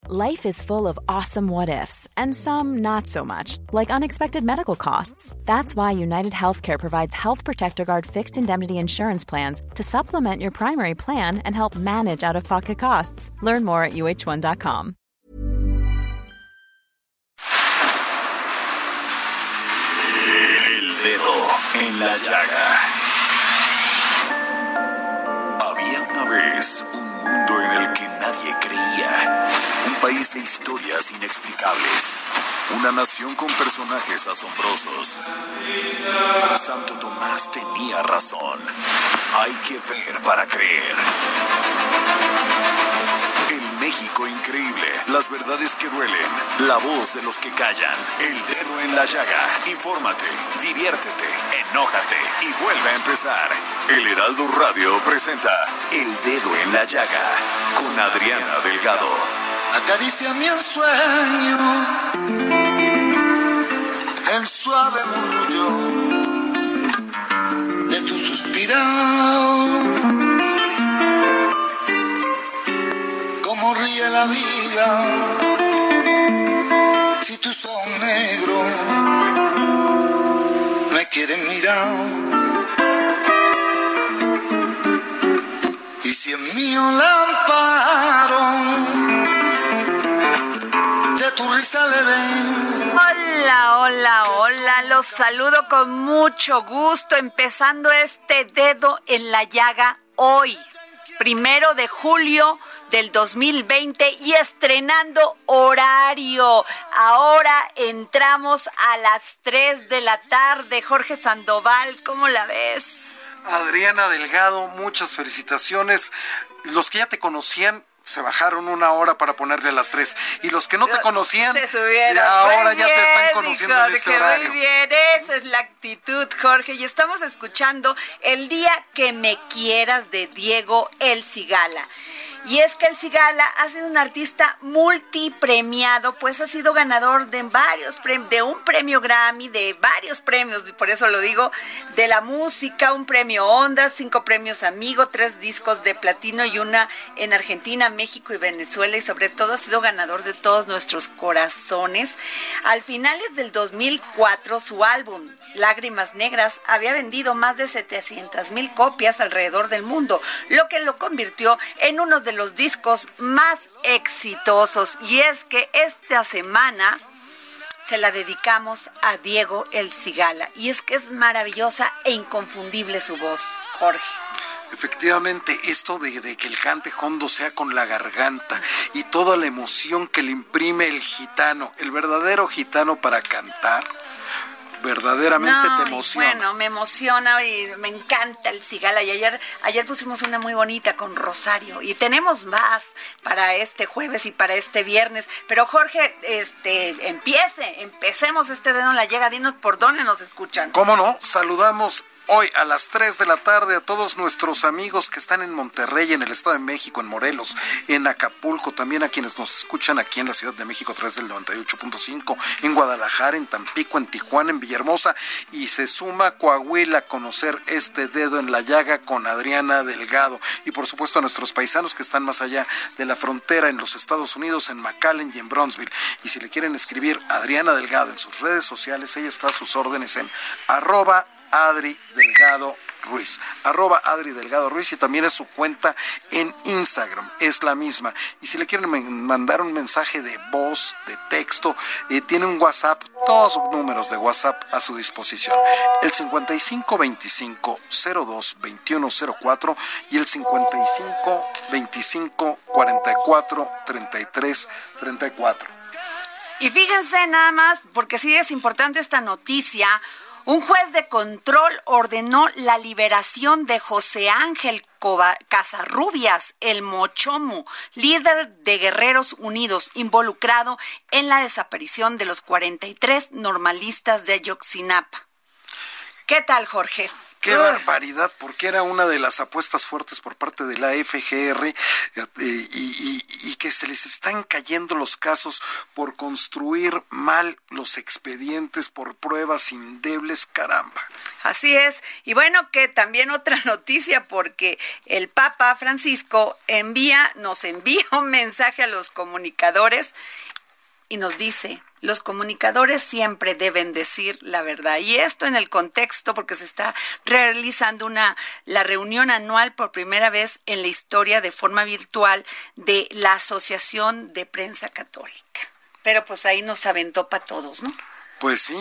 Life is full of awesome what-ifs, and some not so much, like unexpected medical costs. That's why United Healthcare provides Health Protector Guard fixed indemnity insurance plans to supplement your primary plan and help manage out-of-pocket costs. Learn more at uh1.com. El dedo en la llaga. Había una vez un mundo en el que nadie creía. Un país de historias inexplicables. Una nación con personajes asombrosos. Santo Tomás tenía razón. Hay que ver para creer. El México increíble. Las verdades que duelen. La voz de los que callan. El dedo en la llaga. Infórmate, diviértete, enójate y vuelve a empezar. El Heraldo Radio presenta El Dedo en la Llaga con Adriana Delgado. Acaríciame el sueño, el suave murmullo de tu suspirar. Cómo ríe la vida si tus ojos negros me quieren mirar. Y si en mío lámparo tu risa le ven. Hola, hola, hola, los saludo con mucho gusto, empezando este dedo en la llaga hoy, 1 de julio del 2020 y estrenando horario. Ahora entramos a las 3 de la tarde. Jorge Sandoval, ¿cómo la ves? Adriana Delgado, muchas felicitaciones. Los que ya te conocían se bajaron una hora para ponerle a las 3. Y los que no te conocían, se subieron. Ahora muy ya bien, te están conociendo Jorge, en este horario. Muy bien, esa es la actitud, Jorge. Y estamos escuchando El Día que Me Quieras de Diego El Cigala. Y es que El Cigala ha sido un artista multipremiado, pues ha sido ganador de de un premio Grammy, de varios premios, y por eso lo digo, de la música, un premio Ondas, 5 premios Amigo, 3 discos de platino y una en Argentina, México y Venezuela, y sobre todo ha sido ganador de todos nuestros corazones. Al finales del 2004, su álbum Lágrimas Negras había vendido más de 700,000 copias alrededor del mundo, lo que lo convirtió en uno de los discos más exitosos. Y es que esta semana se la dedicamos a Diego El Cigala, y es que es maravillosa e inconfundible su voz, Jorge. Efectivamente, esto de que el cante hondo sea con la garganta y toda la emoción que le imprime el gitano, el verdadero gitano para cantar, verdaderamente te emociona. Bueno, me emociona y me encanta El Cigala. Y ayer pusimos una muy bonita con Rosario, y tenemos más para este jueves y para este viernes. Pero Jorge, empecemos este dedo en la llaga. Dinos por dónde nos escuchan. ¿Cómo no? Saludamos hoy a las 3 de la tarde a todos nuestros amigos que están en Monterrey, en el Estado de México, en Morelos, en Acapulco, también a quienes nos escuchan aquí en la Ciudad de México a través del 98.5, en Guadalajara, en Tampico, en Tijuana, en Villahermosa, y se suma Coahuila a conocer este dedo en la llaga con Adriana Delgado, y por supuesto a nuestros paisanos que están más allá de la frontera en los Estados Unidos, en McAllen y en Bronzeville. Y si le quieren escribir a Adriana Delgado en sus redes sociales, ella está a sus órdenes en @Adri Delgado Ruiz, @Adri Delgado Ruiz, y también es su cuenta en Instagram, es la misma. Y si le quieren mandar un mensaje de voz, de texto, tiene un WhatsApp, 2 números de WhatsApp a su disposición, el 5525-022104 y el 5525-443334. Y fíjense nada más, porque sí es importante esta noticia. Un juez de control ordenó la liberación de José Ángel Casarrubias, el Mochomo, líder de Guerreros Unidos, involucrado en la desaparición de los 43 normalistas de Ayotzinapa. ¿Qué tal, Jorge? Qué barbaridad, porque era una de las apuestas fuertes por parte de la FGR y que se les están cayendo los casos por construir mal los expedientes, por pruebas indebles, caramba. Así es. Y bueno, que también otra noticia, porque el Papa Francisco nos envía un mensaje a los comunicadores y nos dice: los comunicadores siempre deben decir la verdad. Y esto en el contexto, porque se está realizando la reunión anual por primera vez en la historia de forma virtual de la Asociación de Prensa Católica. Pero pues ahí nos aventó para todos, ¿no? Pues sí,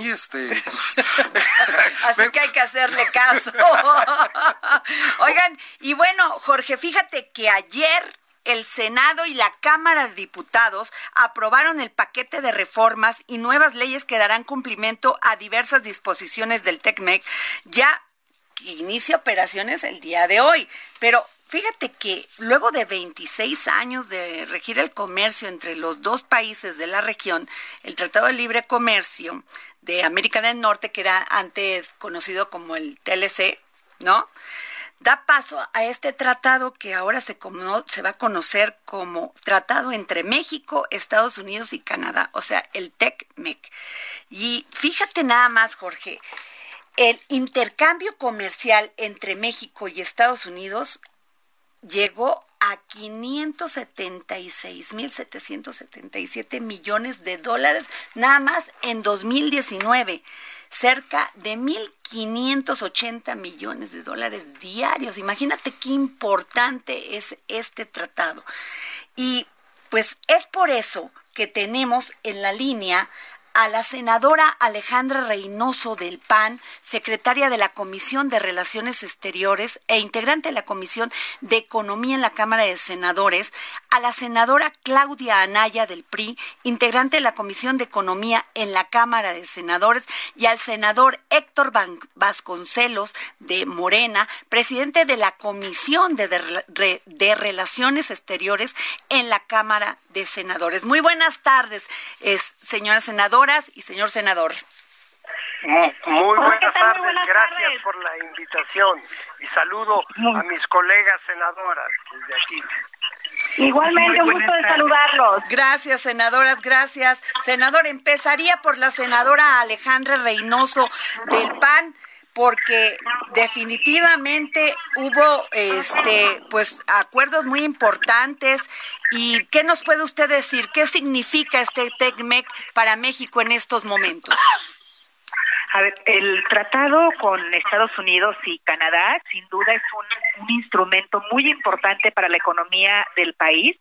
Así que hay que hacerle caso. Oigan, y bueno, Jorge, fíjate que ayer el Senado y la Cámara de Diputados aprobaron el paquete de reformas y nuevas leyes que darán cumplimiento a diversas disposiciones del TECMEC, ya que inicia operaciones el día de hoy. Pero fíjate que luego de 26 años de regir el comercio entre los dos países de la región, el Tratado de Libre Comercio de América del Norte, que era antes conocido como el TLC, ¿no?, da paso a este tratado que ahora se va a conocer como Tratado entre México, Estados Unidos y Canadá, o sea, el TECMEC. Y fíjate nada más, Jorge, el intercambio comercial entre México y Estados Unidos llegó a $576,777 millones nada más en 2019. Cerca de 1,580 millones de dólares diarios. Imagínate qué importante es este tratado. Y pues es por eso que tenemos en la línea a la senadora Alejandra Reynoso del PAN, secretaria de la Comisión de Relaciones Exteriores e integrante de la Comisión de Economía en la Cámara de Senadores, a la senadora Claudia Anaya del PRI, integrante de la Comisión de Economía en la Cámara de Senadores, y al senador Héctor Vasconcelos de Morena, presidente de la Comisión de Relaciones Exteriores en la Cámara de Senadores. Muy buenas tardes, señoras senadoras y señor senador. Muy buenas tardes, gracias por la invitación y saludo a mis colegas senadoras desde aquí. Igualmente, un gusto de saludarlos. Gracias, senadoras, gracias. Senador, empezaría por la senadora Alejandra Reynoso del PAN, porque definitivamente hubo pues acuerdos muy importantes. ¿Y qué nos puede usted decir? ¿Qué significa este TECMEC para México en estos momentos? A ver, el tratado con Estados Unidos y Canadá sin duda es un instrumento muy importante para la economía del país.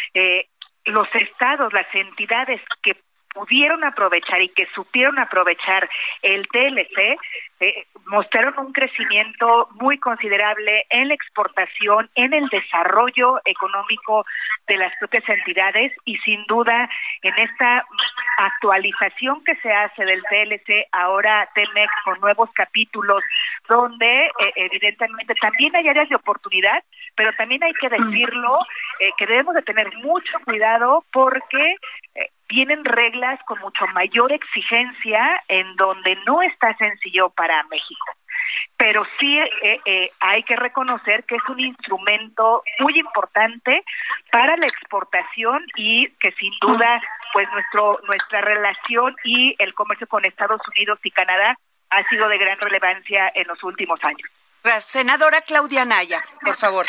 Los estados, las entidades que pudieron aprovechar y que supieron aprovechar el TLC, mostraron un crecimiento muy considerable en la exportación, en el desarrollo económico de las propias entidades, y sin duda en esta actualización que se hace del TLC, ahora TEMEC, con nuevos capítulos donde evidentemente también hay áreas de oportunidad, pero también hay que decirlo, que debemos de tener mucho cuidado porque vienen reglas con mucho mayor exigencia en donde no está sencillo para México. Pero sí hay que reconocer que es un instrumento muy importante para la exportación y que sin duda pues nuestra relación y el comercio con Estados Unidos y Canadá ha sido de gran relevancia en los últimos años. Senadora Claudia Anaya, por favor.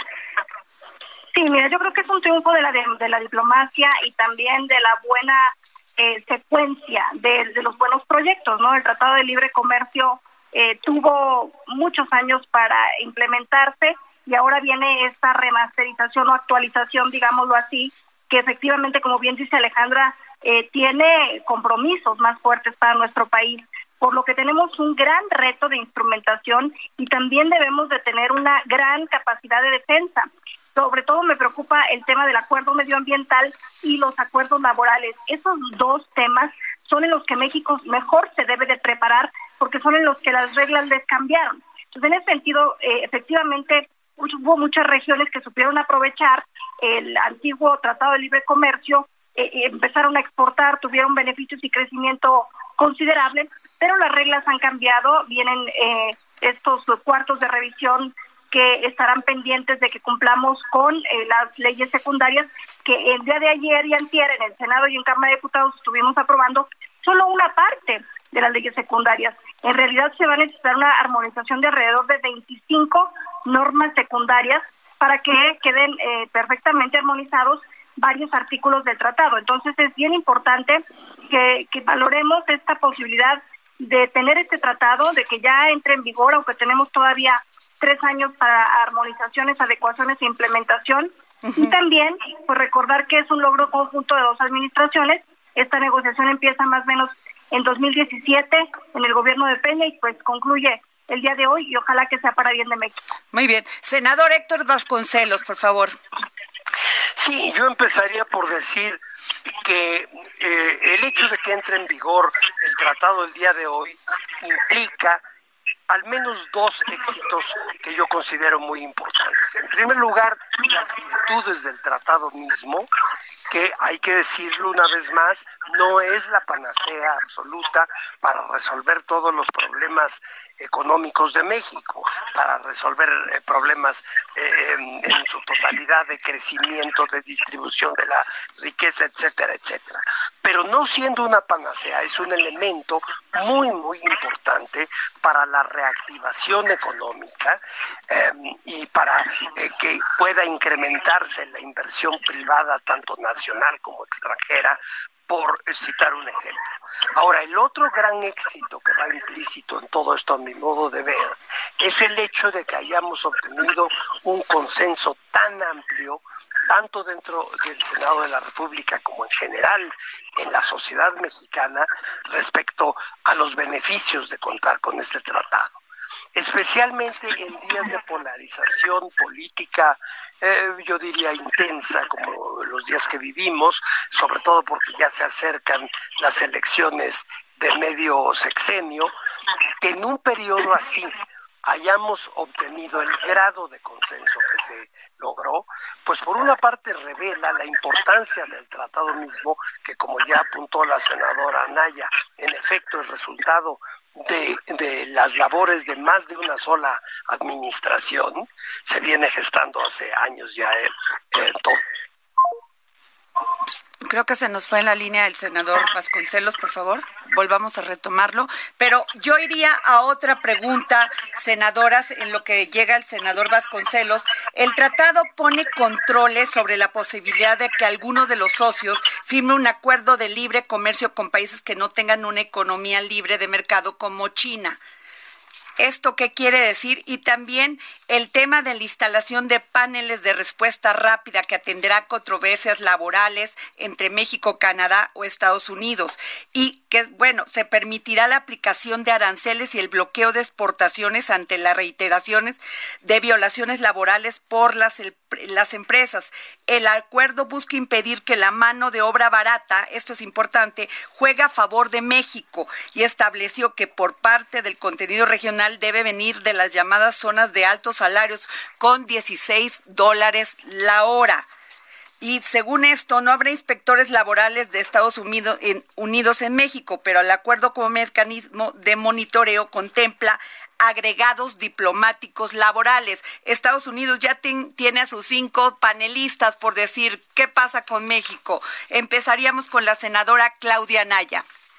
Sí, mira, yo creo que es un triunfo de la diplomacia y también de la buena secuencia de los buenos proyectos, ¿no? El Tratado de Libre Comercio tuvo muchos años para implementarse y ahora viene esta remasterización o actualización, digámoslo así, que efectivamente, como bien dice Alejandra, tiene compromisos más fuertes para nuestro país, por lo que tenemos un gran reto de instrumentación y también debemos de tener una gran capacidad de defensa. Sobre todo me preocupa el tema del acuerdo medioambiental y los acuerdos laborales. Esos dos temas son en los que México mejor se debe de preparar porque son en los que las reglas les cambiaron. Entonces, en ese sentido, efectivamente, hubo muchas regiones que supieron aprovechar el antiguo Tratado de Libre Comercio, empezaron a exportar, tuvieron beneficios y crecimiento considerable, pero las reglas han cambiado, vienen estos cuartos de revisión que estarán pendientes de que cumplamos con las leyes secundarias que el día de ayer y antier en el Senado y en Cámara de Diputados estuvimos aprobando solo una parte de las leyes secundarias. En realidad se va a necesitar una armonización de alrededor de 25 normas secundarias para que queden perfectamente armonizados varios artículos del tratado. Entonces es bien importante que valoremos esta posibilidad de tener este tratado, de que ya entre en vigor, aunque tenemos todavía 3 años para armonizaciones, adecuaciones e implementación. Y también pues recordar que es un logro conjunto de 2 administraciones. Esta negociación empieza más o menos en 2017 en el gobierno de Peña y pues concluye el día de hoy y ojalá que sea para bien de México. Muy bien. Senador Héctor Vasconcelos, por favor. Sí, yo empezaría por decir que el hecho de que entre en vigor el tratado el día de hoy implica al menos 2 éxitos que yo considero muy importantes. En primer lugar, las virtudes del tratado mismo, que hay que decirlo una vez más, no es la panacea absoluta para resolver todos los problemas económicos de México, para resolver problemas en su totalidad de crecimiento, de distribución de la riqueza, etcétera, etcétera. Pero no siendo una panacea, es un elemento muy, muy importante para la reactivación económica y para que pueda incrementarse la inversión privada, tanto nacional como extranjera, por citar un ejemplo. Ahora, el otro gran éxito que va implícito en todo esto, a mi modo de ver, es el hecho de que hayamos obtenido un consenso tan amplio, tanto dentro del Senado de la República como en general en la sociedad mexicana, respecto a los beneficios de contar con este tratado. Especialmente en días de polarización política, yo diría intensa, como los días que vivimos, sobre todo porque ya se acercan las elecciones de medio sexenio, que en un periodo así hayamos obtenido el grado de consenso que se logró, pues por una parte revela la importancia del tratado mismo, que como ya apuntó la senadora Anaya, en efecto es resultado de las labores de más de una sola administración, se viene gestando hace años ya todo. Creo que se nos fue en la línea el senador Vasconcelos, por favor, volvamos a retomarlo. Pero yo iría a otra pregunta, senadoras, en lo que llega el senador Vasconcelos. El tratado pone controles sobre la posibilidad de que alguno de los socios firme un acuerdo de libre comercio con países que no tengan una economía libre de mercado como China. ¿Esto qué quiere decir? Y también el tema de la instalación de paneles de respuesta rápida que atenderá controversias laborales entre México, Canadá o Estados Unidos. Y que, bueno, se permitirá la aplicación de aranceles y el bloqueo de exportaciones ante las reiteraciones de violaciones laborales por las empresas. El acuerdo busca impedir que la mano de obra barata, esto es importante, juegue a favor de México y estableció que por parte del contenido regional debe venir de las llamadas zonas de altos salarios con $16 la hora. Y según esto, no habrá inspectores laborales de Estados Unidos en México, pero el acuerdo como mecanismo de monitoreo contempla agregados diplomáticos laborales. Estados Unidos ya tiene a sus 5 panelistas, por decir, ¿qué pasa con México? Empezaríamos con la senadora Claudia Anaya.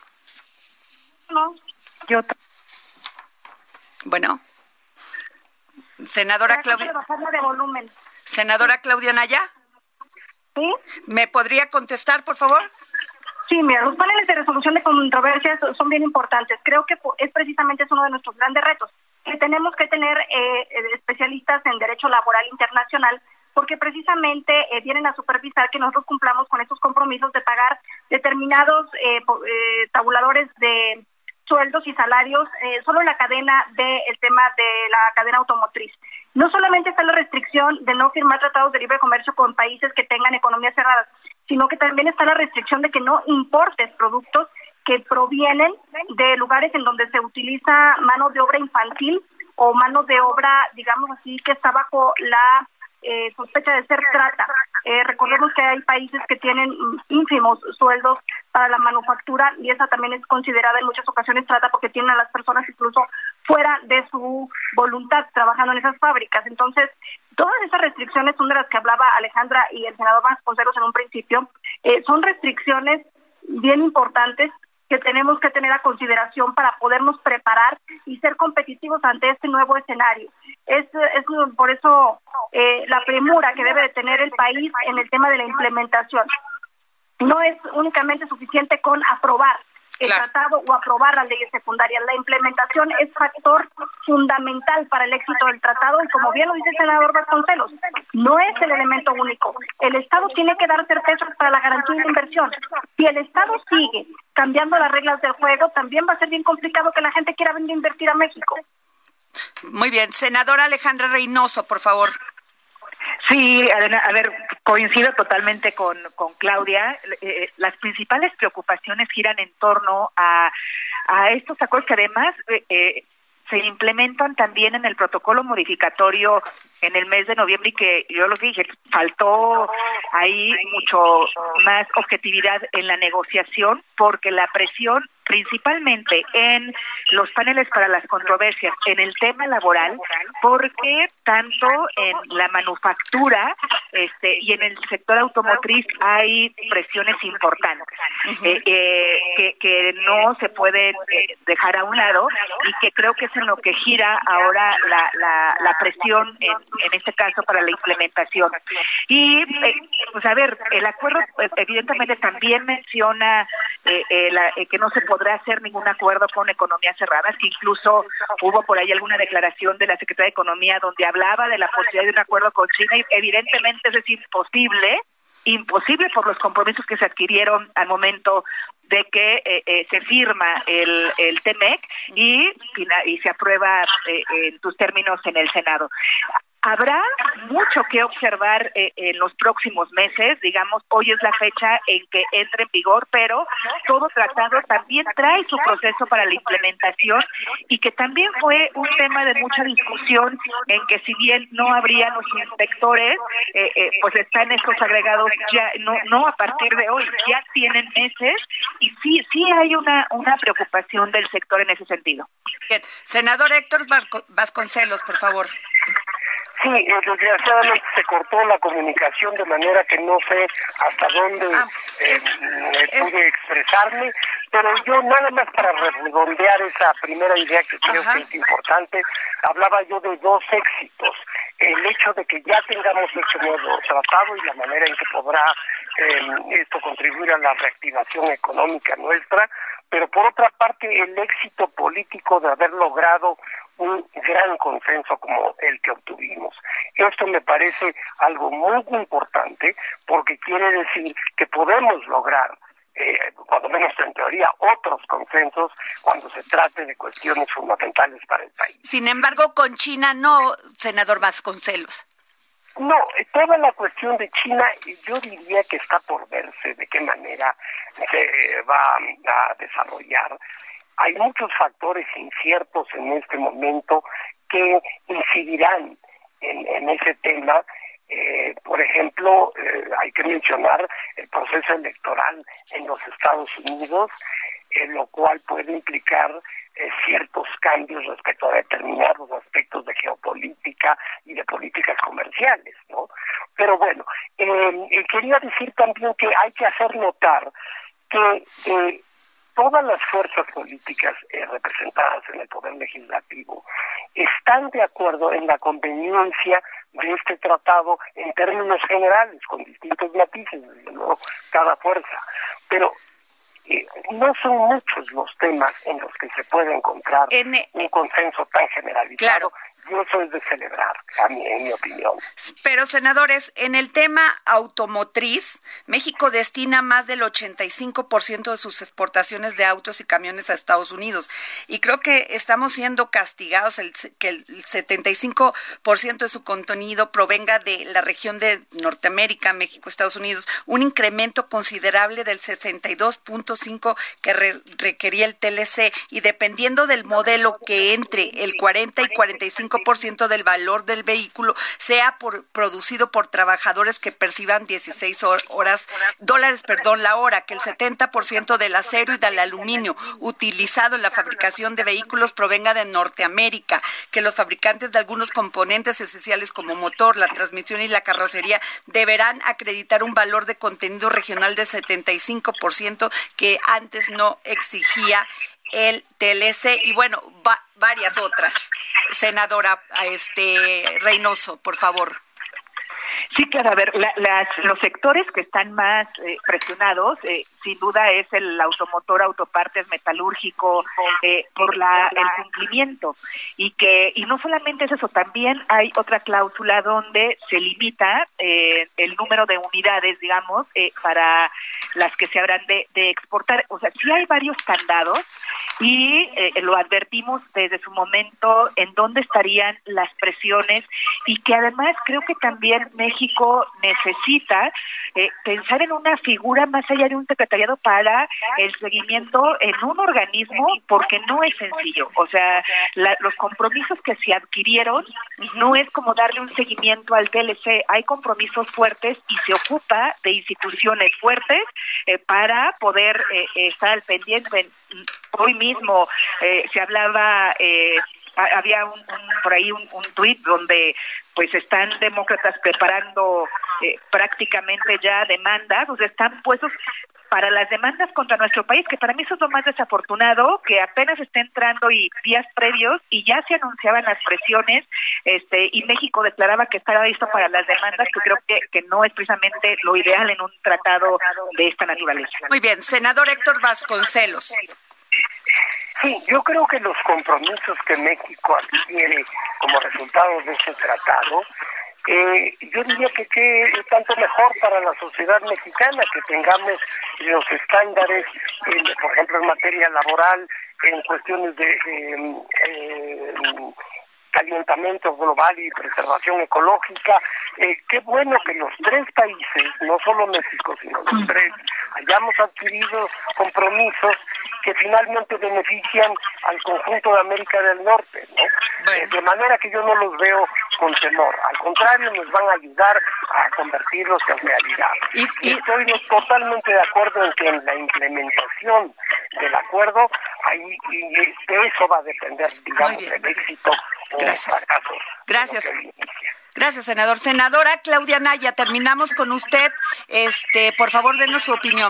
Bueno, senadora Claudia. Senadora Claudia Anaya. ¿Sí? ¿Me podría contestar, por favor? Sí, mira, los paneles de resolución de controversias son bien importantes. Creo que es precisamente uno de nuestros grandes retos. Que tenemos que tener especialistas en derecho laboral internacional, porque precisamente vienen a supervisar que nosotros cumplamos con estos compromisos de pagar determinados tabuladores de sueldos y salarios, solo en la cadena del tema de la cadena automotriz. No solamente está la restricción de no firmar tratados de libre comercio con países que tengan economías cerradas, sino que también está la restricción de que no importes productos que provienen de lugares en donde se utiliza mano de obra infantil o mano de obra, digamos así, que está bajo la sospecha de ser trata. Recordemos que hay países que tienen ínfimos sueldos para la manufactura y esa también es considerada en muchas ocasiones trata porque tienen a las personas incluso fuera de su voluntad trabajando en esas fábricas. Entonces, todas esas restricciones son de las que hablaba Alejandra y el senador Vasconcelos en un principio. Son restricciones bien importantes que tenemos que tener a consideración para podernos preparar y ser competitivos ante este nuevo escenario. Es por eso la premura que debe de tener el país en el tema de la implementación. No es únicamente suficiente con aprobar el tratado o aprobar las leyes secundarias. La implementación es factor fundamental para el éxito del tratado y, como bien lo dice el senador Vasconcelos, no es el elemento único. El Estado tiene que dar certezas para la garantía de inversión. Si el Estado sigue cambiando las reglas del juego, también va a ser bien complicado que la gente quiera venir a invertir a México. Muy bien. Senadora Alejandra Reynoso, por favor. Sí, a ver, coincido totalmente con Claudia. Las principales preocupaciones giran en torno a estos acuerdos que además se implementan también en el protocolo modificatorio en el mes de noviembre, y que yo lo dije, faltó ahí mucho más objetividad en la negociación, porque la presión principalmente en los paneles para las controversias en el tema laboral, porque tanto en la manufactura y en el sector automotriz hay presiones importantes que no se pueden dejar a un lado, y que creo que es en lo que gira ahora la presión en este caso para la implementación. Y pues a ver, el acuerdo evidentemente también menciona que no se podrá hacer ningún acuerdo con economías cerradas, que incluso hubo por ahí alguna declaración de la Secretaría de Economía donde hablaba de la posibilidad de un acuerdo con China, y evidentemente eso es imposible por los compromisos que se adquirieron al momento de que se firma el TEMEC y se aprueba en sus términos en el Senado. Habrá mucho que observar en los próximos meses. Digamos, hoy es la fecha en que entre en vigor, pero todo tratado también trae su proceso para la implementación, y que también fue un tema de mucha discusión, en que si bien no habría los inspectores, pues están estos agregados ya, no a partir de hoy, ya tienen meses, y sí hay una preocupación del sector en ese sentido. Bien. Senador Héctor Vasconcelos, por favor. Sí, desgraciadamente se cortó la comunicación, de manera que no sé hasta dónde pude expresarme, pero yo nada más para redondear esa primera idea que creo que es importante, hablaba yo de dos éxitos: el hecho de que ya tengamos este nuevo tratado y la manera en que podrá esto contribuir a la reactivación económica nuestra, pero por otra parte el éxito político de haber logrado un gran consenso como el que obtuvimos. Esto me parece algo muy importante, porque quiere decir que podemos lograr, cuando menos en teoría, otros consensos cuando se trate de cuestiones fundamentales para el país. Sin embargo, con China no, senador Vasconcelos. No, toda la cuestión de China yo diría que está por verse de qué manera se va a desarrollar. Hay muchos factores inciertos en este momento que incidirán en ese tema. Por ejemplo, hay que mencionar el proceso electoral en los Estados Unidos, lo cual puede implicar ciertos cambios respecto a determinados aspectos de geopolítica y de políticas comerciales, ¿no? Pero bueno, quería decir también que hay que hacer notar que todas las fuerzas políticas representadas en el Poder Legislativo están de acuerdo en la conveniencia de este tratado en términos generales, con distintos matices, desde luego, cada fuerza. Pero no son muchos los temas en los que se puede encontrar un consenso tan generalizado. Claro. Y eso es de celebrar, en mi opinión. Pero, senadores, en el tema automotriz, México destina más del 85% de sus exportaciones de autos y camiones a Estados Unidos. Y creo que estamos siendo castigados que el 75% de su contenido provenga de la región de Norteamérica, México, Estados Unidos, un incremento considerable del 62.5% que requería el TLC. Y dependiendo del modelo que entre, el 40 y 45% 75% del valor del vehículo sea producido por trabajadores que perciban $16 la hora, que el 70% del acero y del aluminio utilizado en la fabricación de vehículos provenga de Norteamérica, que los fabricantes de algunos componentes esenciales como motor, la transmisión y la carrocería deberán acreditar un valor de contenido regional de 75% que antes no exigía el TLC, y bueno, varias otras. Senadora Reynoso, por favor. Sí, claro, a ver, los sectores que están más presionados, sin duda es el automotor, autopartes, metalúrgico, por el cumplimiento. Y no solamente es eso, también hay otra cláusula donde se limita el número de unidades, digamos, para las que se habrán de exportar. O sea, sí hay varios candados y lo advertimos desde su momento en dónde estarían las presiones, y que además creo que también México necesita pensar en una figura más allá de un secretariado para el seguimiento en un organismo, porque no es sencillo. O sea, los compromisos que se adquirieron no es como darle un seguimiento al TLC. Hay compromisos fuertes y se ocupa de instituciones fuertes para poder estar al pendiente. Hoy mismo se hablaba, había por ahí un tuit donde pues están demócratas preparando prácticamente ya demandas, o sea, están puestos para las demandas contra nuestro país, que para mí eso es lo más desafortunado, que apenas está entrando y días previos y ya se anunciaban las presiones, y México declaraba que estaba listo para las demandas, que creo que no es precisamente lo ideal en un tratado de esta naturaleza. Muy bien, senador Héctor Vasconcelos. Sí, yo creo que los compromisos que México adquiere como resultado de ese tratado, yo diría que tanto mejor para la sociedad mexicana que tengamos los estándares, por ejemplo, en materia laboral, en cuestiones de calentamiento global y preservación ecológica. Qué bueno que los tres países, no solo México, sino los tres, hayamos adquirido compromisos que finalmente benefician al conjunto de América del Norte, ¿no? Bueno. De manera que yo no los veo con temor. Al contrario, nos van a ayudar a convertirlos en realidad. Y estoy totalmente de acuerdo en que en la implementación del acuerdo, ahí de eso va a depender, digamos, el éxito o el fracaso. Gracias. Gracias, senador. Senadora Claudia Anaya, terminamos con usted. Por favor, denos su opinión.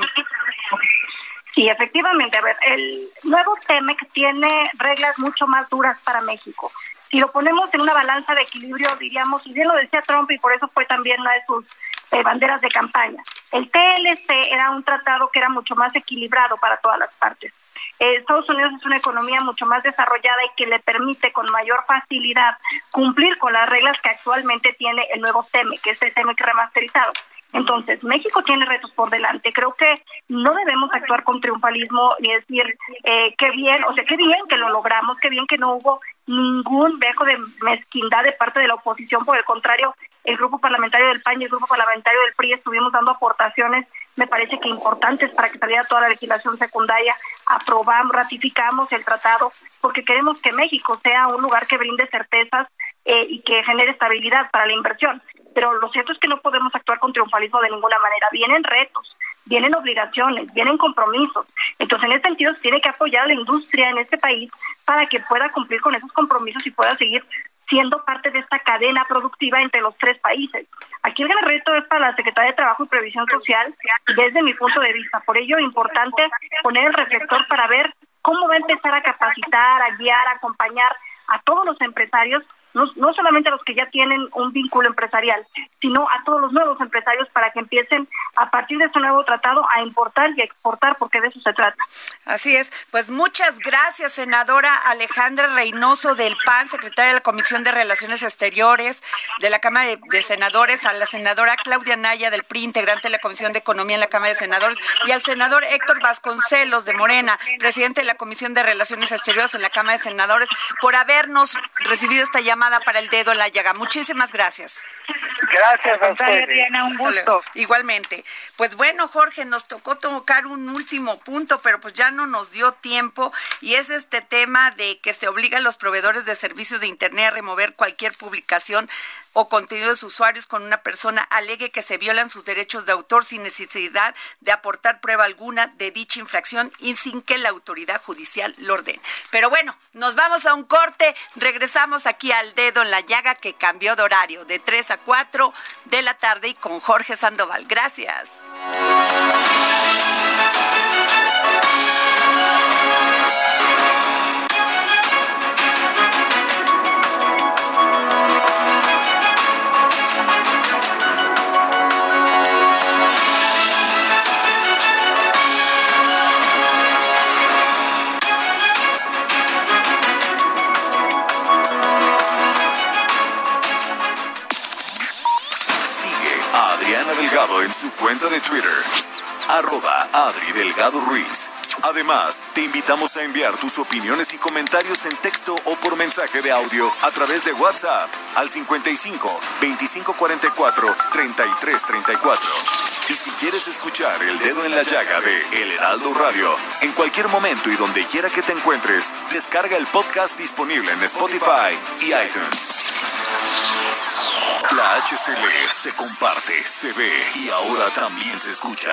Sí, efectivamente. A ver, el nuevo TEMEC tiene reglas mucho más duras para México. Si lo ponemos en una balanza de equilibrio, diríamos, y bien lo decía Trump, y por eso fue también una de sus banderas de campaña, el TLC era un tratado que era mucho más equilibrado para todas las partes. Estados Unidos es una economía mucho más desarrollada y que le permite con mayor facilidad cumplir con las reglas que actualmente tiene el nuevo TEMEC, que es el TEMEC remasterizado. Entonces, México tiene retos por delante. Creo que no debemos actuar con triunfalismo ni decir qué bien que lo logramos, qué bien que no hubo ningún dejo de mezquindad de parte de la oposición. Por el contrario, el grupo parlamentario del PAN y el grupo parlamentario del PRI estuvimos dando aportaciones, me parece que importantes, para que saliera toda la legislación secundaria. Aprobamos, ratificamos el tratado, porque queremos que México sea un lugar que brinde certezas y que genere estabilidad para la inversión. Pero lo cierto es que no podemos actuar con triunfalismo de ninguna manera. Vienen retos, vienen obligaciones, vienen compromisos. Entonces, en ese sentido, se tiene que apoyar a la industria en este país para que pueda cumplir con esos compromisos y pueda seguir siendo parte de esta cadena productiva entre los tres países. Aquí el gran reto es para la Secretaría de Trabajo y Previsión Social, desde mi punto de vista. Por ello, es importante poner el reflector para ver cómo va a empezar a capacitar, a guiar, a acompañar a todos los empresarios, no solamente a los que ya tienen un vínculo empresarial, sino a todos los nuevos empresarios, para que empiecen a partir de este nuevo tratado a importar y a exportar, porque de eso se trata. Así es. Pues muchas gracias, senadora Alejandra Reynoso del PAN, secretaria de la Comisión de Relaciones Exteriores de la Cámara de Senadores, a la senadora Claudia Anaya del PRI, integrante de la Comisión de Economía en la Cámara de Senadores, y al senador Héctor Vasconcelos de Morena, presidente de la Comisión de Relaciones Exteriores en la Cámara de Senadores, por habernos recibido esta llamada llamada para el dedo en la llaga. Muchísimas gracias. Gracias a ustedes. Diana, un gusto. Igualmente. Pues bueno, Jorge, nos tocó tocar un último punto, pero pues ya no nos dio tiempo, y es este tema de que se obliga a los proveedores de servicios de Internet a remover cualquier publicación o contenido de sus usuarios con una persona alegue que se violan sus derechos de autor sin necesidad de aportar prueba alguna de dicha infracción y sin que la autoridad judicial lo ordene. Pero bueno, nos vamos a un corte, regresamos aquí al dedo en la llaga, que cambió de horario de 3 a 4 de la tarde, y con Jorge Sandoval. Gracias. Delgado en su cuenta de Twitter, @AdriDelgadoRuiz. Además, te invitamos a enviar tus opiniones y comentarios en texto o por mensaje de audio a través de WhatsApp al 55 2544 3334. Y si quieres escuchar El Dedo en la Llaga de El Heraldo Radio en cualquier momento y donde quiera que te encuentres, descarga el podcast disponible en Spotify y iTunes. La HCL se comparte, se ve y ahora también se escucha.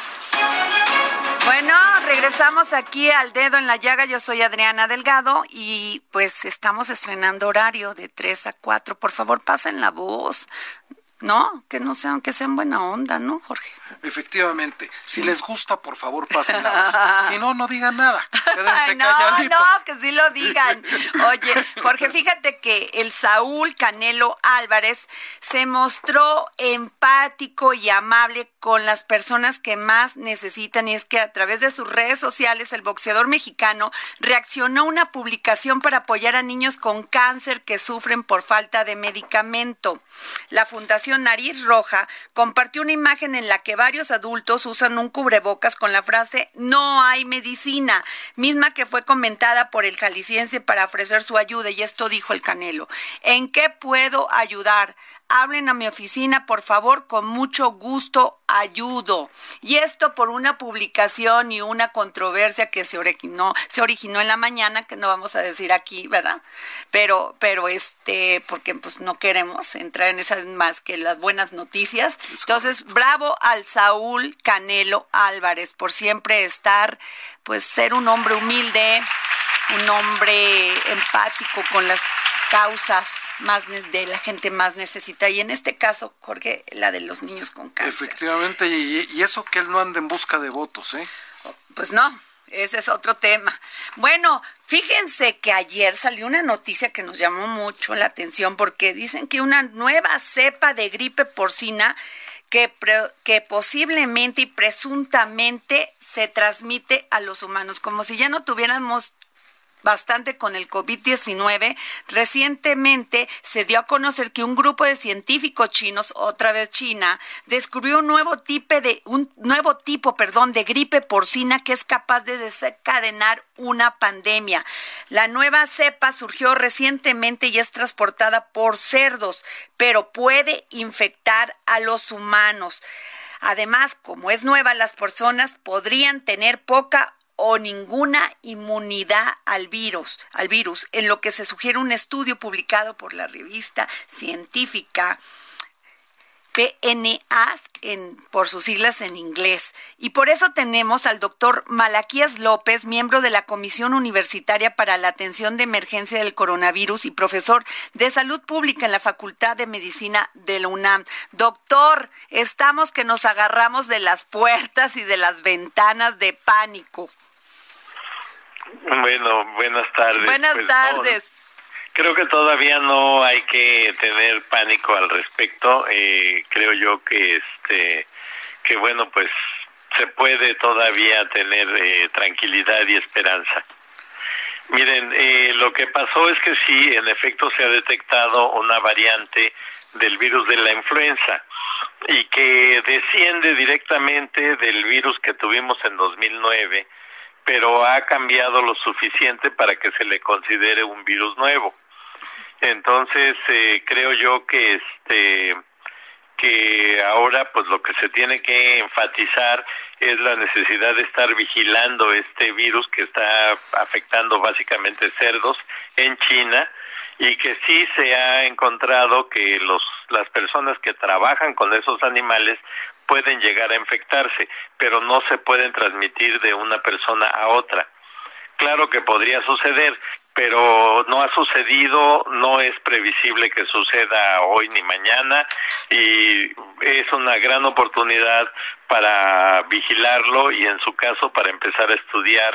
Bueno, regresamos aquí al Dedo en la Llaga. Yo soy Adriana Delgado y pues estamos estrenando horario de 3 a 4. Por favor, pasen la voz. No, que no sean, que sean buena onda, ¿no, Jorge? Efectivamente. Si les gusta, por favor, pasen la voz. Si no, no digan nada. Quédense calladitos. No, que sí lo digan. Oye, Jorge, fíjate que el Saúl Canelo Álvarez se mostró empático y amable con las personas que más necesitan, y es que a través de sus redes sociales el boxeador mexicano reaccionó a una publicación para apoyar a niños con cáncer que sufren por falta de medicamento. La Fundación Nariz Roja compartió una imagen en la que varios adultos usan un cubrebocas con la frase "no hay medicina", misma que fue comentada por el jalisciense para ofrecer su ayuda, y esto dijo el Canelo: "¿En qué puedo ayudar? Hablen a mi oficina, por favor, con mucho gusto ayudo". Y esto por una publicación y una controversia que se originó en la mañana, que no vamos a decir aquí, ¿verdad? Pero porque pues no queremos entrar en esas más que las buenas noticias. Entonces, bravo al Saúl Canelo Álvarez por siempre ser un hombre humilde, un hombre empático con las causas más de la gente más necesita, y en este caso, Jorge, la de los niños con cáncer. Efectivamente, y eso que él no anda en busca de votos, ¿eh? Pues no, ese es otro tema. Bueno, fíjense que ayer salió una noticia que nos llamó mucho la atención, porque dicen que una nueva cepa de gripe porcina que posiblemente y presuntamente se transmite a los humanos, como si ya no tuviéramos bastante con el COVID-19. Recientemente se dio a conocer que un grupo de científicos chinos, otra vez China, descubrió un nuevo tipo de gripe porcina que es capaz de desencadenar una pandemia. La nueva cepa surgió recientemente y es transportada por cerdos, pero puede infectar a los humanos. Además, como es nueva, las personas podrían tener poca o ninguna inmunidad al virus, en lo que se sugiere un estudio publicado por la revista científica PNAS, por sus siglas en inglés. Y por eso tenemos al doctor Malaquías López, miembro de la Comisión Universitaria para la Atención de Emergencia del Coronavirus y profesor de Salud Pública en la Facultad de Medicina de la UNAM. Doctor, estamos que nos agarramos de las puertas y de las ventanas de pánico. Bueno, buenas tardes. Buenas tardes. No, creo que todavía no hay que tener pánico al respecto. Creo yo que bueno, pues se puede todavía tener tranquilidad y esperanza. Miren, lo que pasó es que sí, en efecto se ha detectado una variante del virus de la influenza y que desciende directamente del virus que tuvimos en 2009, pero ha cambiado lo suficiente para que se le considere un virus nuevo. Entonces, creo yo que que ahora pues lo que se tiene que enfatizar es la necesidad de estar vigilando este virus que está afectando básicamente cerdos en China, y que sí se ha encontrado que las personas que trabajan con esos animales pueden llegar a infectarse, pero no se pueden transmitir de una persona a otra. Claro que podría suceder, pero no ha sucedido, no es previsible que suceda hoy ni mañana, y es una gran oportunidad para vigilarlo y en su caso para empezar a estudiar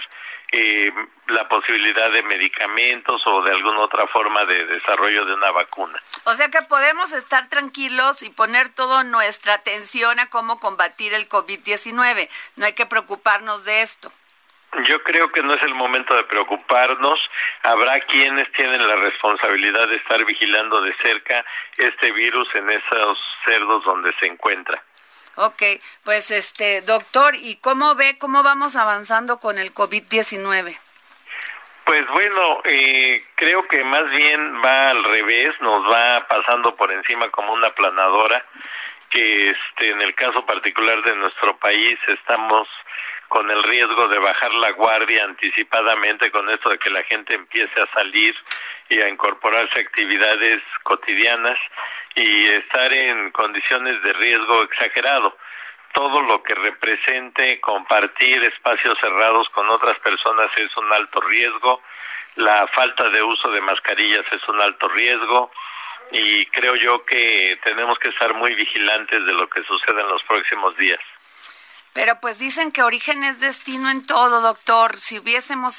la posibilidad de medicamentos o de alguna otra forma de desarrollo de una vacuna. O sea que podemos estar tranquilos y poner toda nuestra atención a cómo combatir el COVID-19. No hay que preocuparnos de esto. Yo creo que no es el momento de preocuparnos. Habrá quienes tienen la responsabilidad de estar vigilando de cerca este virus en esos cerdos donde se encuentra. Ok, pues doctor, ¿y cómo vamos avanzando con el COVID-19? Pues bueno, creo que más bien va al revés, nos va pasando por encima como una aplanadora, que en el caso particular de nuestro país estamos con el riesgo de bajar la guardia anticipadamente con esto de que la gente empiece a salir y a incorporarse a actividades cotidianas y estar en condiciones de riesgo exagerado. Todo lo que represente compartir espacios cerrados con otras personas es un alto riesgo, la falta de uso de mascarillas es un alto riesgo, y creo yo que tenemos que estar muy vigilantes de lo que suceda en los próximos días. Pero pues dicen que origen es destino en todo, doctor. Si hubiésemos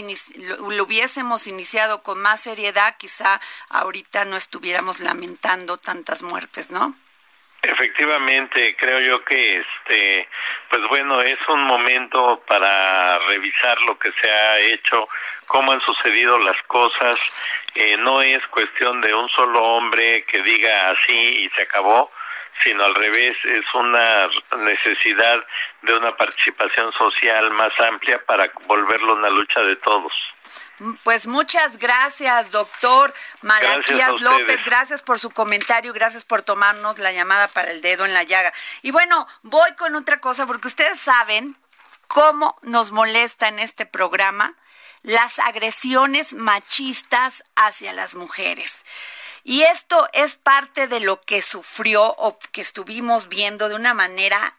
lo hubiésemos iniciado con más seriedad, quizá ahorita no estuviéramos lamentando tantas muertes, ¿no? Efectivamente, creo yo que pues bueno, es un momento para revisar lo que se ha hecho, cómo han sucedido las cosas. No es cuestión de un solo hombre que diga así y se acabó, sino al revés, es una necesidad de una participación social más amplia para volverlo una lucha de todos. Pues muchas gracias, doctor Malaquías López, gracias por su comentario, gracias por tomarnos la llamada para el dedo en la llaga. Y bueno, voy con otra cosa, porque ustedes saben cómo nos molesta en este programa las agresiones machistas hacia las mujeres. Y esto es parte de lo que sufrió o que estuvimos viendo de una manera,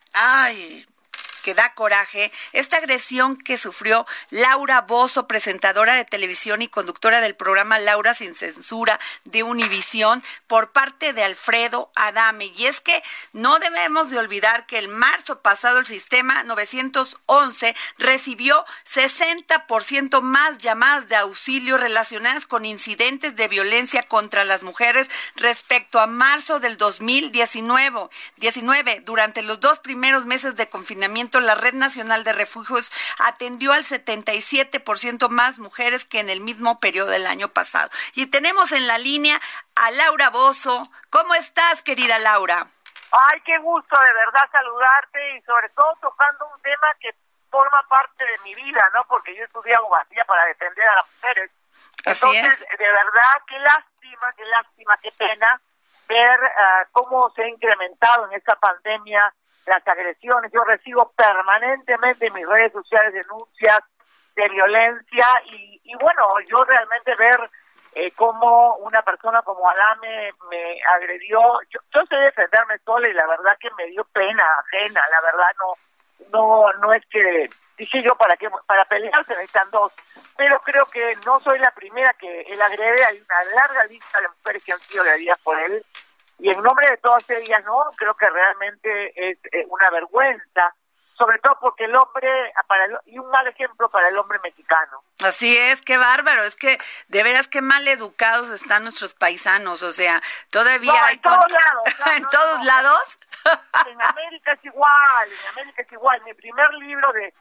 que da coraje, esta agresión que sufrió Laura Bozzo, presentadora de televisión y conductora del programa Laura sin Censura de Univisión, por parte de Alfredo Adame. Y es que no debemos de olvidar que el marzo pasado el sistema 911 recibió 60% más llamadas de auxilio relacionadas con incidentes de violencia contra las mujeres respecto a marzo del 2019. Durante los 2 primeros meses de confinamiento, la Red Nacional de Refugios atendió al 77% más mujeres que en el mismo periodo del año pasado. Y tenemos en la línea a Laura Bozzo. ¿Cómo estás, querida Laura? Ay, qué gusto de verdad saludarte, y sobre todo tocando un tema que forma parte de mi vida, ¿no? Porque yo estudié abogacía para defender a las mujeres. Entonces, de verdad, qué lástima, qué pena ver cómo se ha incrementado en esta pandemia las agresiones. Yo recibo permanentemente en mis redes sociales denuncias de violencia y bueno, yo realmente ver cómo una persona como Adame me agredió, yo sé defenderme sola, y la verdad que me dio pena ajena. La verdad no es que dije yo para pelear se necesitan dos, pero creo que no soy la primera que él agrede. Hay una larga lista de mujeres que han sido agredidas por él, y en nombre de todas ellas, no, creo que realmente es una vergüenza, sobre todo porque el hombre, y un mal ejemplo para el hombre mexicano. Así es, qué bárbaro, es que de veras qué mal educados están nuestros paisanos, o sea, todavía hay... En todos lados. ¿En todos lados? En América es igual, Mi primer libro de,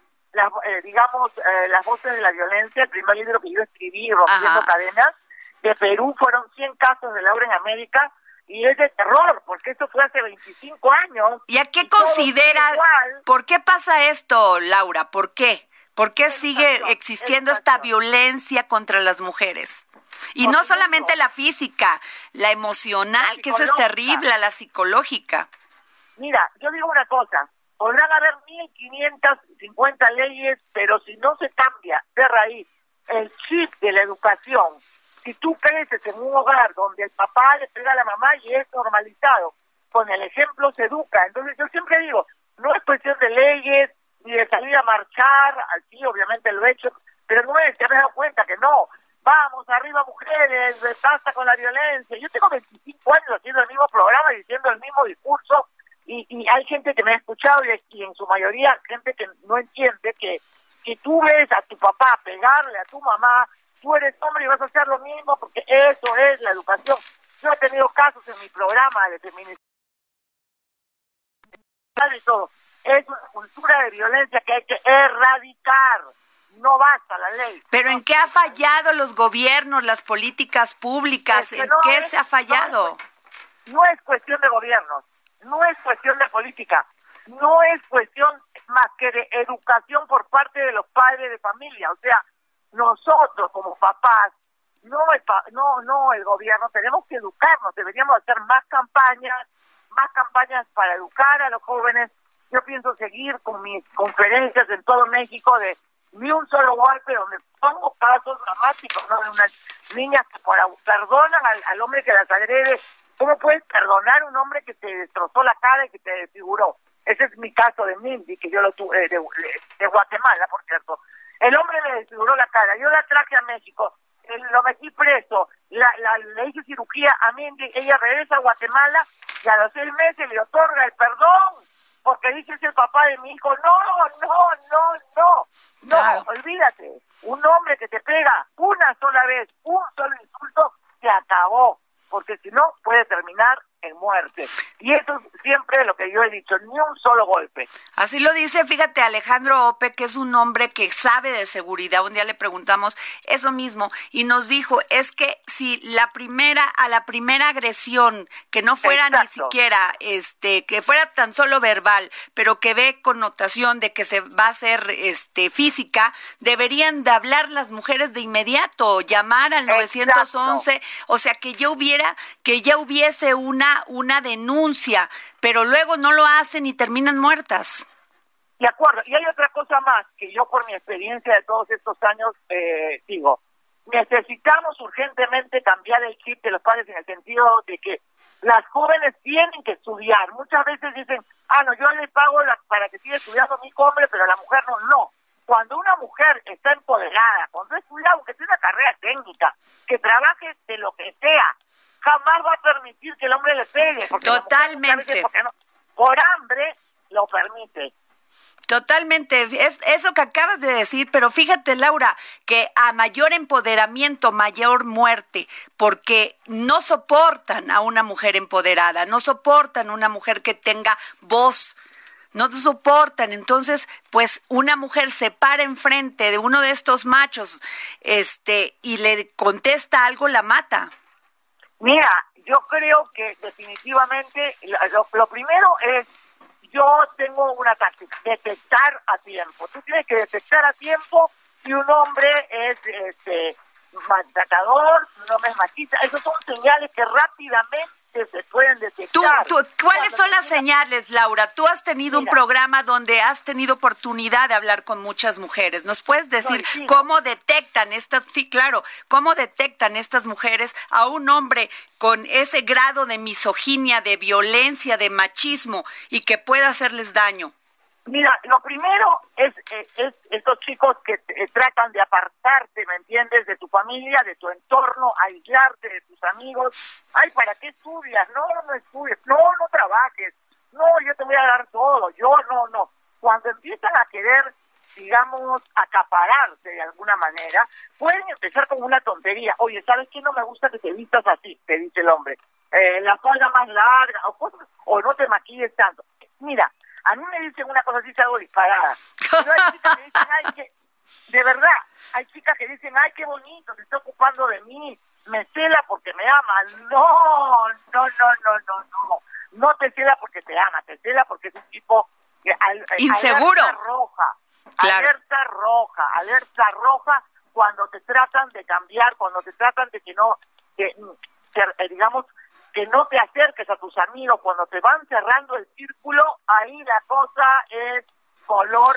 Las voces de la violencia, el primer libro que yo escribí, Rompiendo Cadenas, de Perú, fueron 100 casos de Laura en América, y es de terror, porque esto fue hace 25 años. ¿Y a qué considera? ¿Por qué pasa esto, Laura? ¿Por qué? ¿Por qué sigue existiendo esta violencia contra las mujeres? Y no solamente la física, la emocional, que esa es terrible, la psicológica. Mira, yo digo una cosa, podrán haber 1.550 leyes, pero si no se cambia de raíz el chip de la educación, si tú creces en un hogar donde el papá le pega a la mamá y es normalizado, con el ejemplo se educa. Entonces yo siempre digo, no es cuestión de leyes, ni de salir a marchar, así obviamente lo he hecho, pero no es, ya me he dado cuenta que no. Vamos, arriba mujeres, basta con la violencia. Yo tengo 25 años haciendo el mismo programa y diciendo el mismo discurso, y hay gente que me ha escuchado y en su mayoría gente que no entiende que si tú ves a tu papá pegarle a tu mamá, tú eres hombre y vas a hacer lo mismo, porque eso es la educación. Yo he tenido casos en mi programa de feminicidio y todo. Es una cultura de violencia que hay que erradicar. No basta la ley. ¿Pero en qué ha fallado los gobiernos, las políticas públicas? ¿En qué se ha fallado? No es cuestión de gobiernos, no es cuestión de política, no es cuestión más que de educación por parte de los padres de familia. O sea, nosotros como papás, no el gobierno, tenemos que educarnos, deberíamos hacer más campañas para educar a los jóvenes. Yo pienso seguir con mis conferencias en todo México de ni un solo golpe, donde pongo casos dramáticos, ¿no? De unas niñas que perdonan al hombre que las agrede. ¿Cómo puedes perdonar a un hombre que te destrozó la cara y que te desfiguró? Ese es mi caso de Mindy, que yo lo tuve de Guatemala, por cierto. El hombre me desfiguró la cara, yo la traje a México, lo metí preso, le hice cirugía a Mindy, ella regresa a Guatemala y a los 6 meses le otorga el perdón, porque dice es el papá de mi hijo. No, claro. Olvídate, un hombre que te pega una sola vez, un solo insulto, se acabó, porque si no puede terminar en muerte. Y eso es siempre lo que yo he dicho, ni un solo golpe. Así lo dice, fíjate, Alejandro Ope, que es un hombre que sabe de seguridad. Un día le preguntamos eso mismo y nos dijo, es que si a la primera agresión, que no fuera ni siquiera, que fuera tan solo verbal, pero que ve connotación de que se va a hacer física, deberían de hablar las mujeres de inmediato, llamar al 911, o sea, que ya hubiese una denuncia, pero luego no lo hacen y terminan muertas. De acuerdo, y hay otra cosa más, que yo por mi experiencia de todos estos años digo, necesitamos urgentemente cambiar el chip de los padres en el sentido de que las jóvenes tienen que estudiar. Muchas veces dicen, no, yo le pago para que siga estudiando mi hombre, pero la mujer no. Cuando una mujer está empoderada, cuando estudia, aunque sea una carrera técnica, que trabaje de lo que sea, jamás va a permitir que el hombre le pegue. Totalmente. Por hambre lo permite. Totalmente, es eso que acabas de decir, pero fíjate, Laura, que a mayor empoderamiento, mayor muerte, porque no soportan a una mujer empoderada, no soportan a una mujer que tenga voz, no te soportan. Entonces, pues una mujer se para enfrente de uno de estos machos y le contesta algo, la mata. Mira, yo creo que definitivamente lo primero es, yo tengo una táctica, detectar a tiempo. Tú tienes que detectar a tiempo si un hombre es maltratador, si un hombre es machista. Esos son señales que rápidamente se pueden detectar. ¿Cuáles son las señales, Laura? Tú has tenido un programa donde has tenido oportunidad de hablar con muchas mujeres. ¿Nos puedes decir cómo detectan cómo detectan estas mujeres a un hombre con ese grado de misoginia, de violencia, de machismo y que pueda hacerles daño? Mira, lo primero es estos chicos que tratan de apartarte, ¿me entiendes?, de tu familia, de tu entorno, aislarte de tus amigos. Ay, ¿para qué estudias? No estudies, no trabajes, no, yo te voy a dar todo, yo no. Cuando empiezan a querer, digamos, acapararse de alguna manera, pueden empezar con una tontería. Oye, ¿sabes qué? No me gusta que te vistas así, te dice el hombre. La falda más larga, o no te maquilles tanto. Mira, a mí me dicen una cosa así, salgo disparada. Pero hay chicas que dicen, de verdad, hay chicas que dicen, ay, qué bonito, se está ocupando de mí, me cela porque me ama. No te cela porque te ama, te cela porque es un tipo inseguro. Roja. Claro. Alerta roja cuando te tratan de cambiar, cuando te tratan de digamos, que no te acerques a tus amigos, cuando te van cerrando el círculo, ahí la cosa es color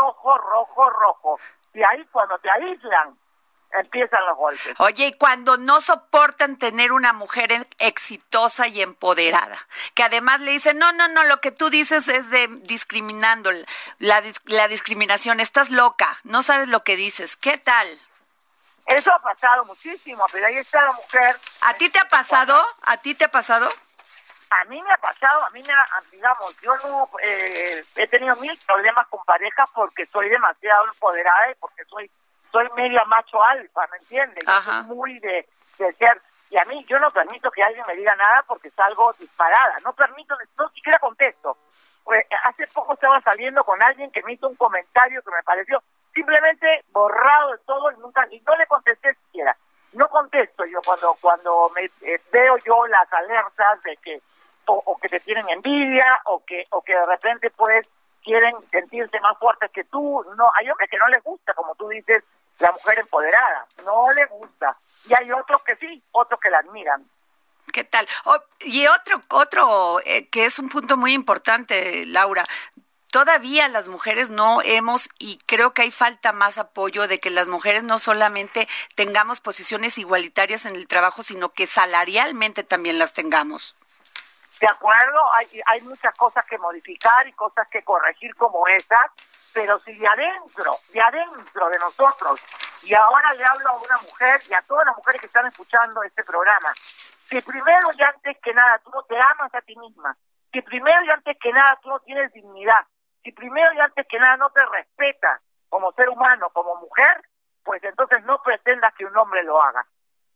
rojo. Y ahí cuando te aíslan, empiezan los golpes. Oye, y cuando no soportan tener una mujer exitosa y empoderada, que además le dicen, no, lo que tú dices es de discriminando, la discriminación, estás loca, no sabes lo que dices, ¿qué tal? Eso ha pasado muchísimo, pero ahí está la mujer. ¿A ti te ha pasado? ¿A ti te ha pasado? A mí me ha pasado, digamos, yo no he tenido mil problemas con parejas porque soy demasiado empoderada y porque soy media macho alfa, ¿me entiendes? Yo soy muy de ser, y a mí yo no permito que alguien me diga nada porque salgo disparada, no siquiera contesto. Hace poco estaba saliendo con alguien que me hizo un comentario que me pareció simplemente borrado de todo y no le contesté siquiera. No contesto yo cuando me veo yo las alertas de que o que te tienen envidia o que de repente pues quieren sentirse más fuertes que tú. No, hay hombres que no les gusta, como tú dices, la mujer empoderada, no le gusta, y hay otros que sí, otros que la admiran. ¿Qué tal? Y otro que es un punto muy importante, Laura, todavía las mujeres no hemos, y creo que hay falta más apoyo de que las mujeres no solamente tengamos posiciones igualitarias en el trabajo, sino que salarialmente también las tengamos. De acuerdo, hay muchas cosas que modificar y cosas que corregir como esas, pero si de adentro de nosotros, y ahora le hablo a una mujer y a todas las mujeres que están escuchando este programa, si primero y antes que nada tú no te amas a ti misma, si primero y antes que nada tú no tienes dignidad, si primero y antes que nada no te respetas como ser humano, como mujer, pues entonces no pretendas que un hombre lo haga.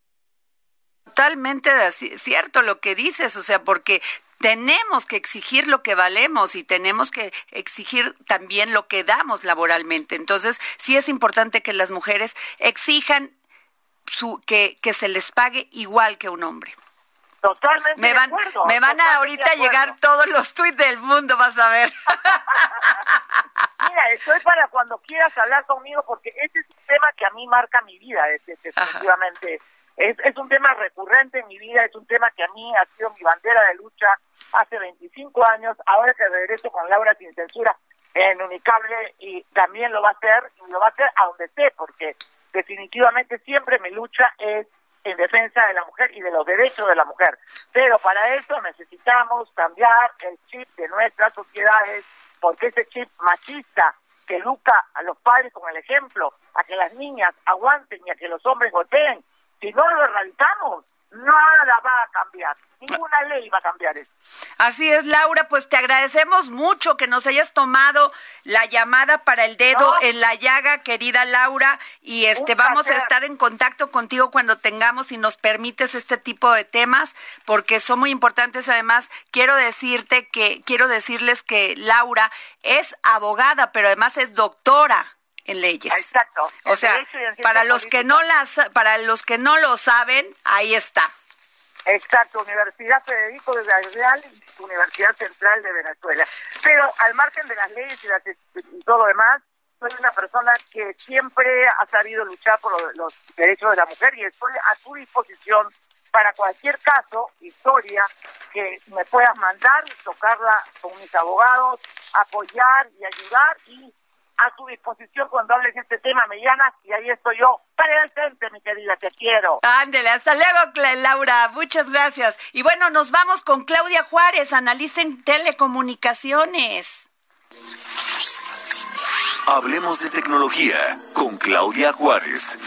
Totalmente cierto lo que dices, o sea, porque tenemos que exigir lo que valemos y tenemos que exigir también lo que damos laboralmente. Entonces, sí es importante que las mujeres exijan que se les pague igual que un hombre. Totalmente me van a ahorita llegar todos los tuits del mundo, vas a ver. Mira, estoy para cuando quieras hablar conmigo, porque este es un tema que a mí marca mi vida, definitivamente. Es un tema recurrente en mi vida, es un tema que a mí ha sido mi bandera de lucha hace 25 años, ahora que regreso con Laura Sin Censura en Unicable, y también lo va a hacer, y lo va a hacer a donde esté, porque definitivamente siempre mi lucha es en defensa de la mujer y de los derechos de la mujer. Pero para eso necesitamos cambiar el chip de nuestras sociedades, porque ese chip machista que educa a los padres con el ejemplo, a que las niñas aguanten y a que los hombres golpeen, si no lo erradicamos, nada va a cambiar. Ninguna ley va a cambiar eso. Así es, Laura, pues te agradecemos mucho que nos hayas tomado la llamada para el dedo en la llaga, querida Laura, y vamos a estar en contacto contigo cuando tengamos y nos permites este tipo de temas, porque son muy importantes. Además, quiero decirles que Laura es abogada, pero además es doctora en leyes. Exacto. O sea, para los que no lo saben, ahí está. Exacto, Universidad Federico de Real y Universidad Central de Venezuela. Pero al margen de las leyes y todo lo demás, soy una persona que siempre ha sabido luchar por los derechos de la mujer y estoy a tu disposición para cualquier caso, historia, que me puedas mandar y tocarla con mis abogados, apoyar y ayudar, y a tu disposición cuando hables de este tema, me llamas y ahí estoy yo. Presente, mi querida, te quiero. Ándele, hasta luego, Laura, muchas gracias. Y bueno, nos vamos con Claudia Juárez, analista en telecomunicaciones. Hablemos de tecnología con Claudia Juárez.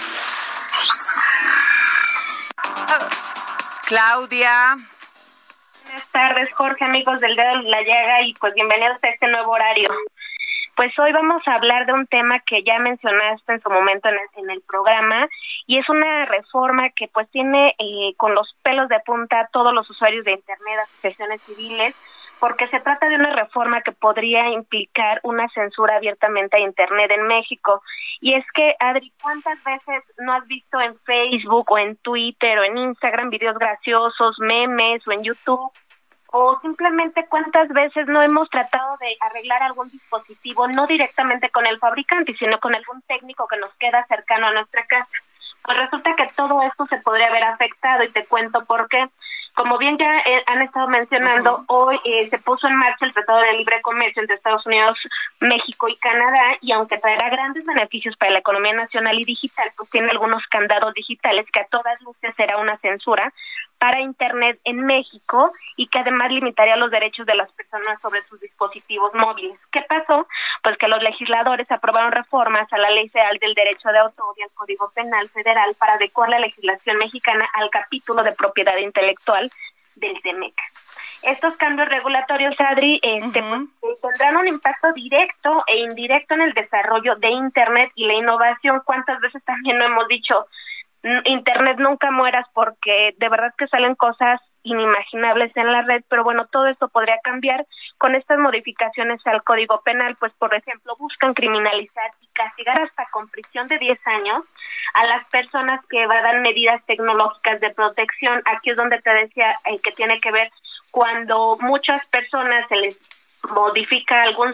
Claudia. Buenas tardes, Jorge, amigos del Dedo en la Llaga, y pues bienvenidos a este nuevo horario. Pues hoy vamos a hablar de un tema que ya mencionaste en su momento en el programa, y es una reforma que pues tiene con los pelos de punta a todos los usuarios de Internet, asociaciones civiles, porque se trata de una reforma que podría implicar una censura abiertamente a Internet en México. Y es que, Adri, ¿cuántas veces no has visto en Facebook o en Twitter o en Instagram videos graciosos, memes, o en YouTube, o simplemente cuántas veces no hemos tratado de arreglar algún dispositivo, no directamente con el fabricante, sino con algún técnico que nos queda cercano a nuestra casa. Pues resulta que todo esto se podría haber afectado, y te cuento por qué. Como bien ya han estado mencionando, hoy se puso en marcha el Tratado de Libre Comercio entre Estados Unidos, México y Canadá, y aunque traerá grandes beneficios para la economía nacional y digital, pues tiene algunos candados digitales que a todas luces será una censura para Internet en México, y que además limitaría los derechos de las personas sobre sus dispositivos móviles. ¿Qué pasó? Pues que los legisladores aprobaron reformas a la Ley Federal del Derecho de Autor y al Código Penal Federal para adecuar la legislación mexicana al capítulo de propiedad intelectual del TEMEC. Estos cambios regulatorios, Adri, pues, tendrán un impacto directo e indirecto en el desarrollo de Internet y la innovación. ¿Cuántas veces también lo hemos dicho? Internet nunca mueras, porque de verdad que salen cosas inimaginables en la red, pero bueno, todo esto podría cambiar con estas modificaciones al Código Penal. Pues por ejemplo, buscan criminalizar y castigar hasta con prisión de 10 años a las personas que evadan medidas tecnológicas de protección. Aquí es donde te decía que tiene que ver cuando muchas personas se les modifica algún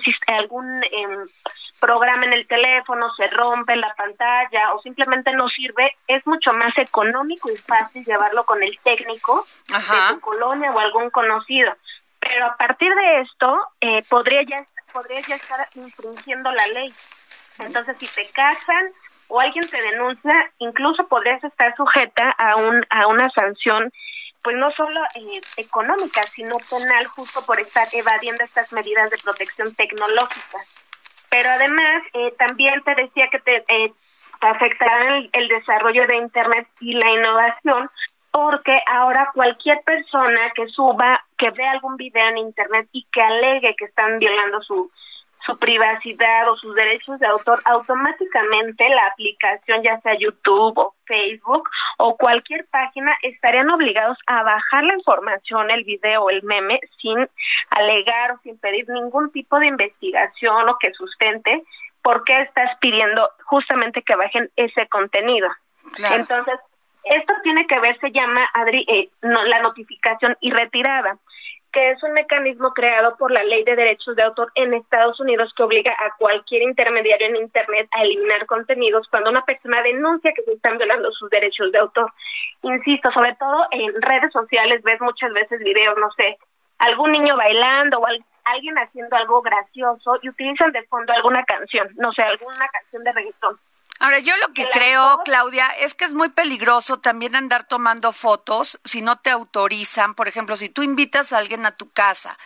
programa en el teléfono, se rompe la pantalla o simplemente no sirve. Es mucho más económico y fácil llevarlo con el técnico de tu colonia o algún conocido. Pero a partir de esto podría ya estar infringiendo la ley. Entonces, si te casan o alguien te denuncia, incluso podrías estar sujeta a una sanción, pues no solo económica, sino penal, justo por estar evadiendo estas medidas de protección tecnológica. Pero además, también te decía que te afectará el desarrollo de Internet y la innovación, porque ahora cualquier persona que vea algún video en Internet y que alegue que están violando su privacidad o sus derechos de autor, automáticamente la aplicación, ya sea YouTube o Facebook o cualquier página, estarían obligados a bajar la información, el video o el meme, sin alegar o sin pedir ningún tipo de investigación o que sustente por qué estás pidiendo justamente que bajen ese contenido. Claro. Entonces, esto tiene que ver, se llama, Adri, la notificación y retirada, que es un mecanismo creado por la Ley de Derechos de Autor en Estados Unidos, que obliga a cualquier intermediario en Internet a eliminar contenidos cuando una persona denuncia que se están violando sus derechos de autor. Insisto, sobre todo en redes sociales ves muchas veces videos, no sé, algún niño bailando o alguien haciendo algo gracioso y utilizan de fondo alguna canción, no sé, alguna canción de reggaetón. Ahora, yo lo que creo, Claudia, es que es muy peligroso también andar tomando fotos si no te autorizan. Por ejemplo, si tú invitas a alguien a tu casa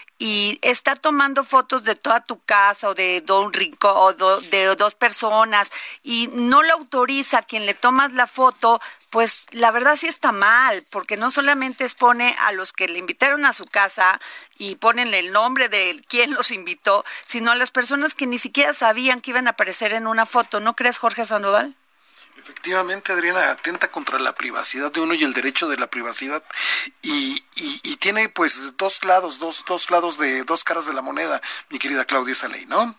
y está tomando fotos de toda tu casa o de un rincón o de dos personas y no lo autoriza quien le tomas la foto, pues la verdad sí está mal, porque no solamente expone a los que le invitaron a su casa y ponen el nombre de quien los invitó, sino a las personas que ni siquiera sabían que iban a aparecer en una foto. ¿No crees, Jorge Sandoval? Efectivamente, Adriana, atenta contra la privacidad de uno y el derecho de la privacidad, y tiene pues dos lados de dos caras de la moneda, mi querida Claudia, esa ley, ¿no?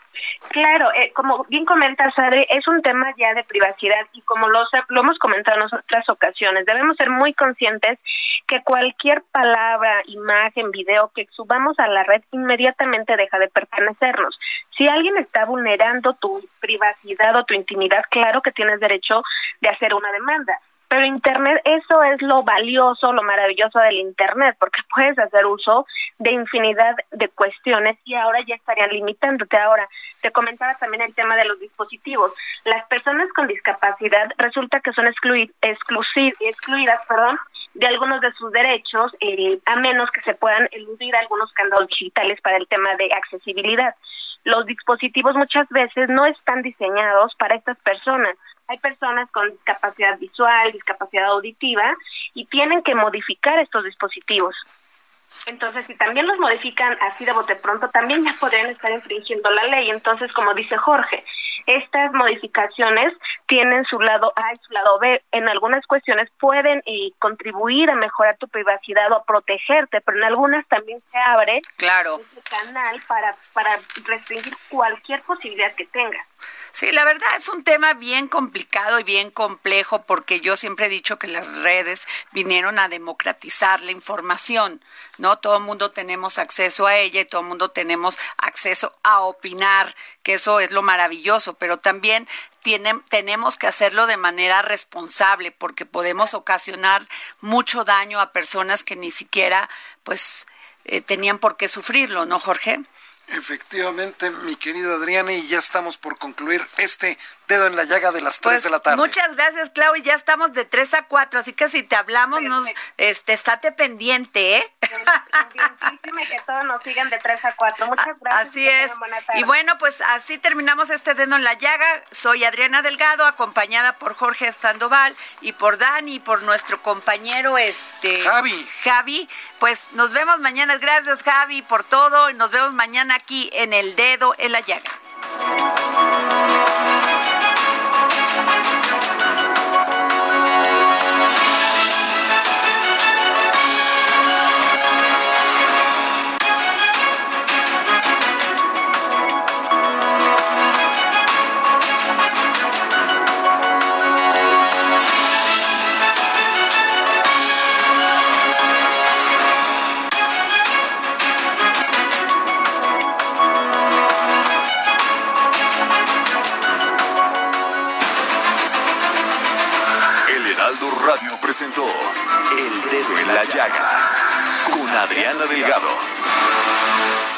Claro, como bien comentas, Adri, es un tema ya de privacidad, y como lo hemos comentado en otras ocasiones, debemos ser muy conscientes que cualquier palabra, imagen, video que subamos a la red inmediatamente deja de pertenecernos. Si alguien está vulnerando tu privacidad o tu intimidad, claro que tienes derecho de hacer una demanda. Pero Internet, eso es lo valioso, lo maravilloso del Internet, porque puedes hacer uso de infinidad de cuestiones y ahora ya estarían limitándote. Ahora, te comentaba también el tema de los dispositivos. Las personas con discapacidad resulta que son excluidas de algunos de sus derechos, a menos que se puedan eludir algunos candados digitales para el tema de accesibilidad. Los dispositivos muchas veces no están diseñados para estas personas. Hay personas con discapacidad visual, discapacidad auditiva, y tienen que modificar estos dispositivos. Entonces, si también los modifican así de bote pronto, también ya podrían estar infringiendo la ley. Entonces, como dice Jorge, estas modificaciones tienen su lado A y su lado B. En algunas cuestiones pueden contribuir a mejorar tu privacidad o a protegerte, pero en algunas también se abre ese canal para restringir cualquier posibilidad que tengas. Sí, la verdad es un tema bien complicado y bien complejo, porque yo siempre he dicho que las redes vinieron a democratizar la información, ¿no? Todo el mundo tenemos acceso a ella y todo el mundo tenemos acceso a opinar, que eso es lo maravilloso, pero también tenemos que hacerlo de manera responsable, porque podemos ocasionar mucho daño a personas que ni siquiera, pues, tenían por qué sufrirlo, ¿no, Jorge? Efectivamente, mi querida Adriana, y ya estamos por concluir este Dedo en la Llaga de las 3 de la tarde. Muchas gracias, Clau, y ya estamos de 3 a 4, así que si te hablamos, estate pendiente, ¿eh? Pendientísima, que todos nos sigan de 3 a 4. Muchas gracias. Así es. Y bueno, pues así terminamos este Dedo en la Llaga. Soy Adriana Delgado, acompañada por Jorge Sandoval y por Dani y por nuestro compañero Javi. Pues nos vemos mañana. Gracias, Javi, por todo. Nos vemos mañana aquí en el Dedo en la Llaga. Radio presentó El Dedo en la Llaga con Adriana Delgado.